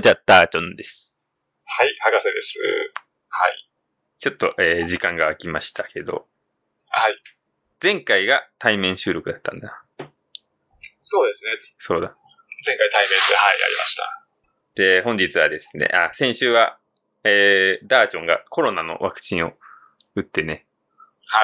じゃダーチョンです。 はい、博士です。はい。 ちょっと、時間が空きましたけど。 はい。 前回が対面収録だったんだ。 そうですね。 そうだ。 前回対面で、はい、やりました。 で、本日はですね、先週は、ダーチョンがコロナのワクチンを打ってね。 はい。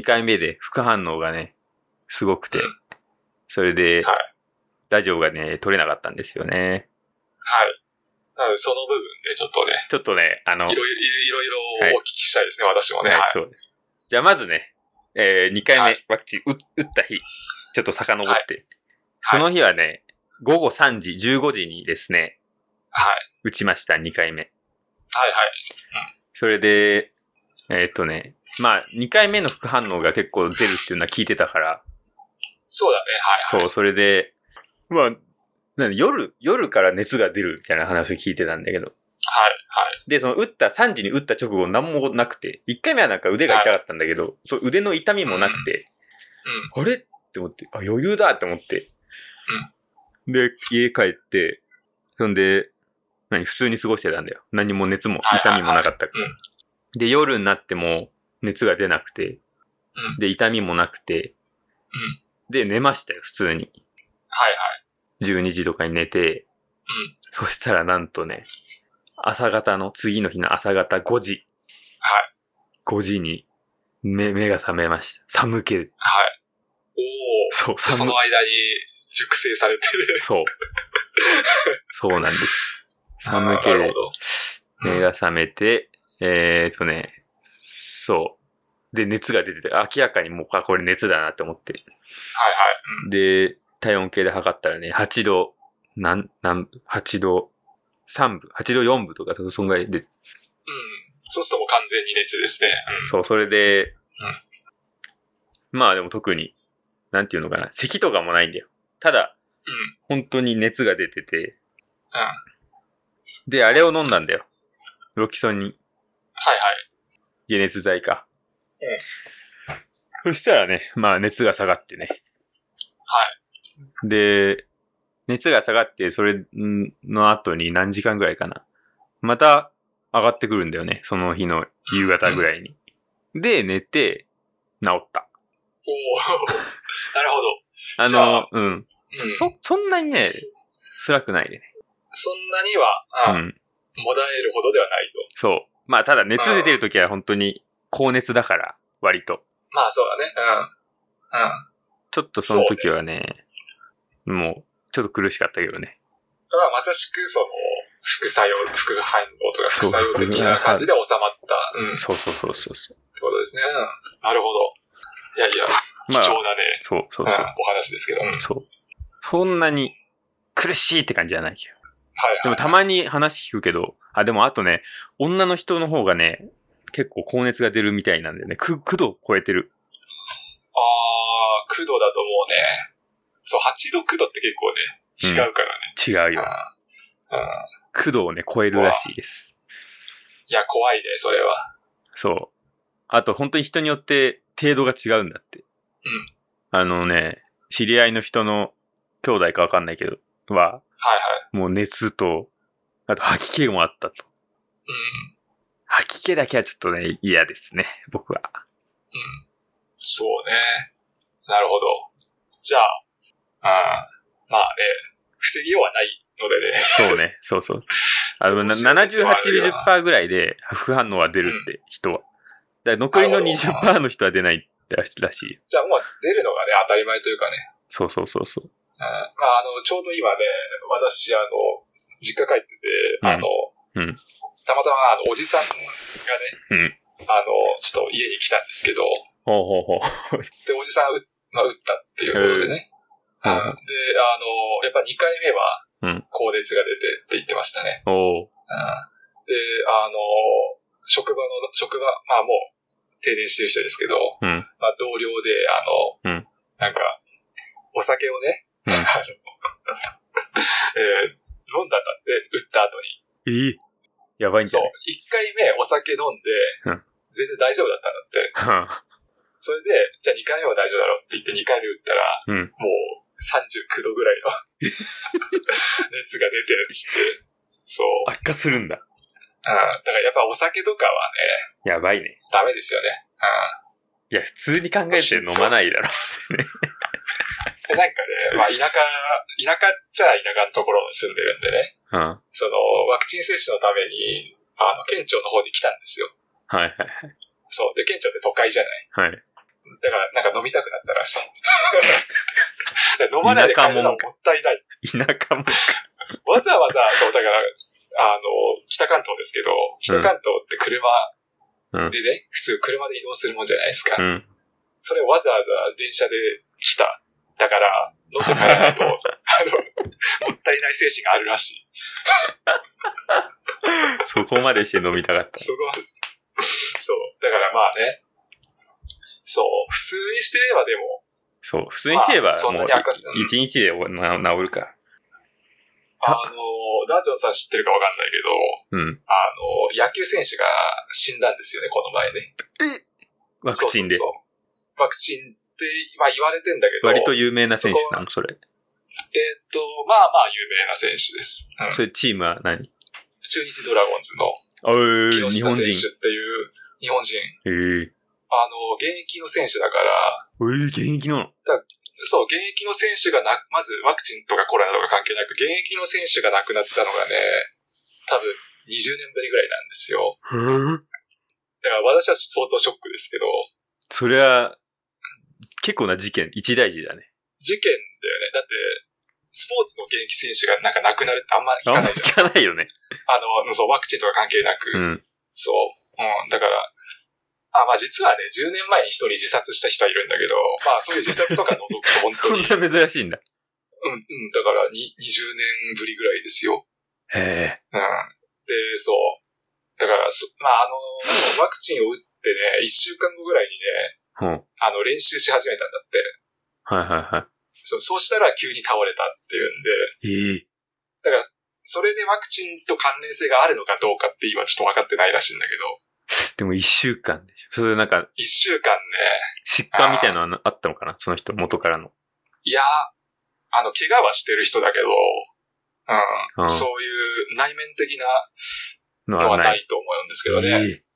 2回目で副反応がね、すごくて。それで、 はい。 ラジオがね、撮れなかったんですよね。 はい。なので、その部分でちょっとね。 ちょっとね、 いろいろお聞きしたいですね、私もね。 はい、そうです。じゃあまずね、2回目ワクチン打った日、ちょっと遡って。はい、その日はね、午後3時、15時にですね、 はい。 打ちました、2回目。 はいはい。 それで、まあ、2回目の副反応が結構出るっていうのは聞いてたから。 そうだね、はい、はい。 そう、それで、まあ、夜から熱が出るみたいな話を聞いてたんだけど。 はい、はい。 で、その3時に打った直後何もなくて、1回目はなんか腕が痛かったんだけど、はい、そう腕の痛みもなくて、あれって思って、余裕だって思って。で、家帰って、そんで、普通に過ごしてたんだよ。何も熱も痛みもなかったから。で、夜になっても熱が出なくて、で、痛みもなくて、で、寝ましたよ、普通に。 はいはい。 12時とかに寝て、そしたらなんとね、次の日の朝方5時。 はい。 5時に目が覚めました。寒気。はい。 そう、その間に熟成されて。 そう。そうなんです。寒気で目が覚めて、そう。で、熱が出てて、明らかにもうこれ熱だなって思って。はいはい。で、体温計で測ったらね、8度3分、8度4分とか、そんぐらいで。 そうするともう完全に熱ですね。 そう、それで、まあでも特に、なんていうのかな、咳とかもないんだよ。ただ、本当に熱が出てて、で、あれを飲んだんだよ。ロキソニン。はいはい。 解熱剤か。そしたらね、まあ熱が下がってね。 はい。 で、熱が下がって、それの後に何時間ぐらいかな。また上がってくるんだよね。その日の夕方ぐらいに。で、寝て、治った。 なるほど。 そんなにね、辛くないでね。 そんなには、もだえるほどではないと。 そう。まあ、ただ熱出てるときは本当に高熱だから、割と。 まあ、そうだね。 ちょっとその時はね、もう、ちょっと苦しかったけどね。 まあ、まさしく副反応とか副作用的な感じで収まった。 そう。ってことですね。なるほど。いや、貴重なね。 そう。 お話ですけど。 そう。そんなに苦しいって感じじゃないけど。 はい。 でもたまに話聞くけど、でもあとね、女の人の方がね、結構高熱が出るみたいなんだよね。9度超えてる。 9度だともうね、そう、8度9度って結構ね、違うからね。 違うよ。9度をね、超えるらしいです。 いや、怖いね、それは。 そう。あと、本当に人によって程度が違うんだって。知り合いの人の兄弟かわかんないけど、もう熱と、あと吐き気もあったと。吐き気だけはちょっとね、嫌ですね、僕は。 そうね。なるほど。じゃあ、まあね、防ぎようはないのでね。 そうね、そう。70、80% ぐらいで副反応は出るって、人は。だから残りの 20% の人は出ないらしい。 じゃあもう出るのがね、当たり前というかね。 そう。 まあちょうど今ね、私、実家帰ってて、たまたまおじさんがね、ちょっと家に来たんですけど、で、おじさん打ったっていうことでね。で、やっぱ2回目は、高熱が出てって言ってましたね。で、職場、まあもう停電してる人ですけど、まあ同僚で、なんか、お酒をね、飲んだんだって、打った後に。 やばいんじゃない？ そう、1回目お酒飲んで、全然大丈夫だったんだって。それで、じゃあ2回目は大丈夫だろうって言って2回目打ったら、もう39度ぐらいの熱が出てるっつって、 そう。 悪化するんだ。 だからやっぱお酒とかはね。やばいね。 ダメですよね。 いや、普通に考えて飲まないだろ。 でなんかね、まあ田舎っちゃ田舎のところに住んでるんでね。その、ワクチン接種のために、県庁の方に来たんですよ。 はいはいはい。 そう。で、県庁って都会じゃない。 はい。 だからなんか飲みたくなったらしい。飲まないで帰るのはもったいない。 田舎もんか。 わざわざ、そう、だから、北関東ですけど、北関東って車でね、普通車で移動するもんじゃないですか。それをわざわざ電車で来た。だから、飲んで帰らないと、もったいない精神があるらしい。 そこまでして飲みたかった。 そう。だからまあね。そう。普通にしてればでも。 そう。普通にしてれば、 そんなに悪化する。 一日で治るから。 ダージョンさん知ってるかわかんないけど、野球選手が死んだんですよね、この前ね。 ワクチンで。 そう。ワクチンって、まあ言われてんだけど。 割と有名な選手なの、それ。 まあまあ有名な選手です。 それチームは何？ 中日ドラゴンズの木下選手っていう日本人。現役の選手だから。 現役の？ そう、現役の選手がまずワクチンとかコロナとか関係なく、現役の選手が亡くなったのがね、多分20年ぶりぐらいなんですよ。だから私は相当ショックですけど。 それは、結構な事件、一大事だね。 事件だよね。だって、スポーツの現役選手がなんか亡くなるってあんまり聞かないじゃん。 聞かないよね。 そう、ワクチンとか関係なく。そう。だから、まあ実はね、10年前に一人自殺した人はいるんだけど、まあそういう自殺とか除くと本当に。 そんな珍しいんだ。 だから20年ぶりぐらいですよ。 へえ。 で、そう。だから、ワクチンを打ってね、1週間後ぐらいにね、練習し始めたんだって。 はいはいはい。 そうしたら急に倒れたっていうんで。だから、それでワクチンと関連性があるのかどうかって今ちょっと分かってないらしいんだけど。 でも1週間でしょ。それなんか。 1週間ね。 疾患みたいなのはあったのかな、その人、元からの。 いや、怪我はしてる人だけど、そういう内面的なのはないと思うんですけどね。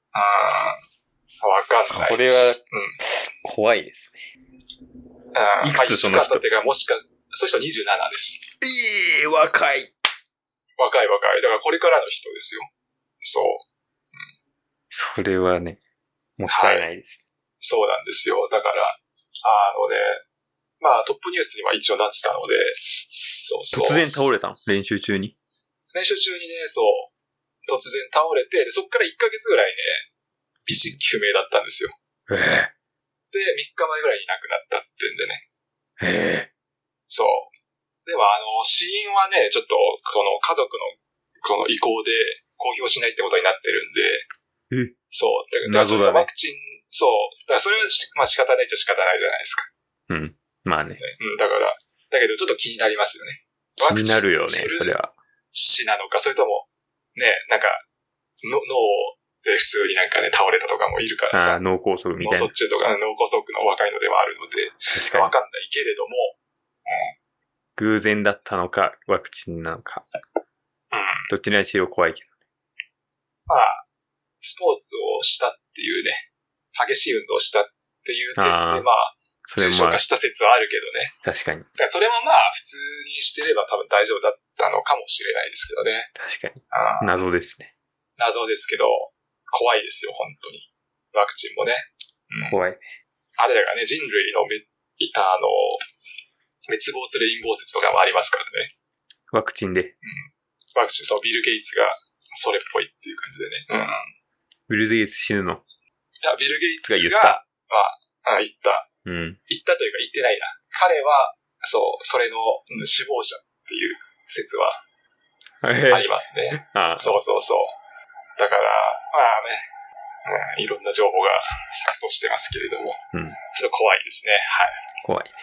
わかんない。 これは、怖いですね。 いくつその人？1週間経ってからもしか、そういう人27です。 若い。 若い。だからこれからの人ですよ。そう。 それはね、もったいないです。 そうなんですよ。だから、まあトップニュースには一応なってたので、そう。 突然倒れたの？練習中に？ 練習中にね、そう。突然倒れて、でそっから1ヶ月ぐらいね、意識不明だったんですよ。で、3日前ぐらいに亡くなったってんでね。そう。でも死因はね、ちょっと、この家族のこの意向で公表しないってことになってるんで、そう。だから謎だね。ワクチン、そう。だからそれはまあ仕方ないっちゃ仕方ないじゃないですか。 まあね。 だから、だけどちょっと気になりますよね。 気になるよね、それは。 死なのか、それとも、ね、なんか、脳で普通になんかね、倒れたとかもいるからさ。 脳梗塞みたいな。 脳卒中とか脳梗塞の若いのではあるので、わかんないけれども、 偶然だったのか、ワクチンなのか。どっちにしろ怖いけどね。 まあ、スポーツをしたっていうね、激しい運動をしたっていう点で、まあ、重症化した説はあるけどね。 確かに。 だからそれもまあ、普通にしてれば多分大丈夫だったのかもしれないですけどね。 確かに。謎ですね。 謎ですけど、怖いですよ、本当に。ワクチンもね。 怖いね。 あれらがね、人類の滅亡する陰謀説とかもありますからね。 ワクチンで。 ワクチン、そう、ビル・ゲイツがそれっぽいっていう感じでね。 ビル・ゲイツ死ぬの？ いや、ビル・ゲイツが言った。言った。言ったというか言ってないな。彼は、そう、それの首謀者っていう説はありますね。そう。だから、まあね、いろんな情報が錯綜してますけれども、ちょっと怖いですね。はい。 怖いね。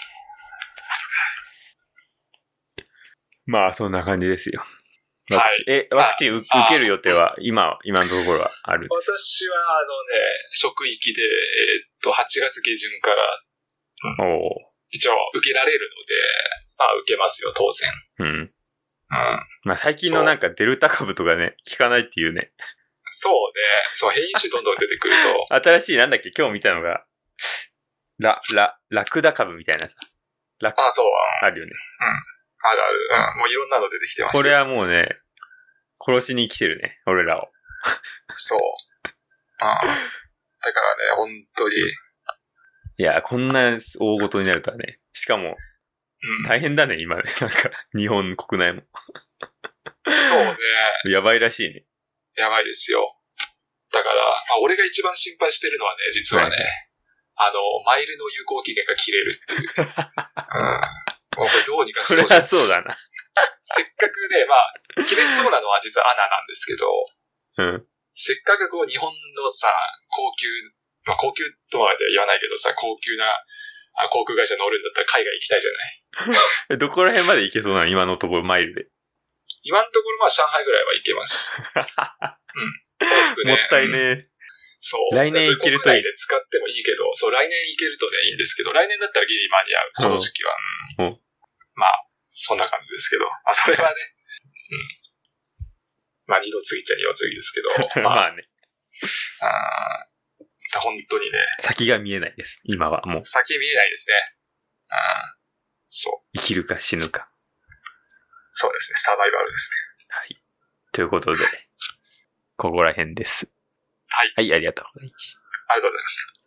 まあ、そんな感じですよ。ワクチン受ける予定は今のところはある？ 私は職域で、8月下旬から、一応受けられるので、まあ受けますよ、当然。 まあ最近のなんかデルタ株とかね、効かないっていうね。 そうね。そう、変異種どんどん出てくると。 新しいなんだっけ今日見たのが、ラクダ株みたいなさ。 そう。 あるよね。 あるある。もういろんなの出てきてます。 これはもうね、殺しに来てるね、俺らを。 そう。だからね、本当に。 いや、こんな大ごとになるとはね。しかも、大変だね、今ね。なんか、日本国内も。 そうね。 やばいらしいね。 やばいですよ。だから、俺が一番心配してるのはね、実はね、マイルの有効期限が切れるっていう。もうこれどうにかしてほしい。 それはそうだな。 せっかくね、切れそうなのは実はアナなんですけど、せっかくこう日本のさ、高級とまでは言わないけどさ、高級な航空会社乗るんだったら海外行きたいじゃない。 どこら辺まで行けそうなの今のところマイルで。 今のところ上海ぐらいは行けます。 もったいね。 そう。 来年行けるといい。 国内で使ってもいいけど、そう、来年行けるとね、いいんですけど、来年だったらギリ間に合う。この時期は。まあ、そんな感じですけど。それはね。まあ、二度次っちゃ二度次ですけど。 まあね。 本当にね。 先が見えないです。今はもう。 先見えないですね。そう。 生きるか死ぬか。 そうですね。サバイバルですね。 はい。ということで、ここら辺です。 はい。 はい、ありがとうございました。 ありがとうございました。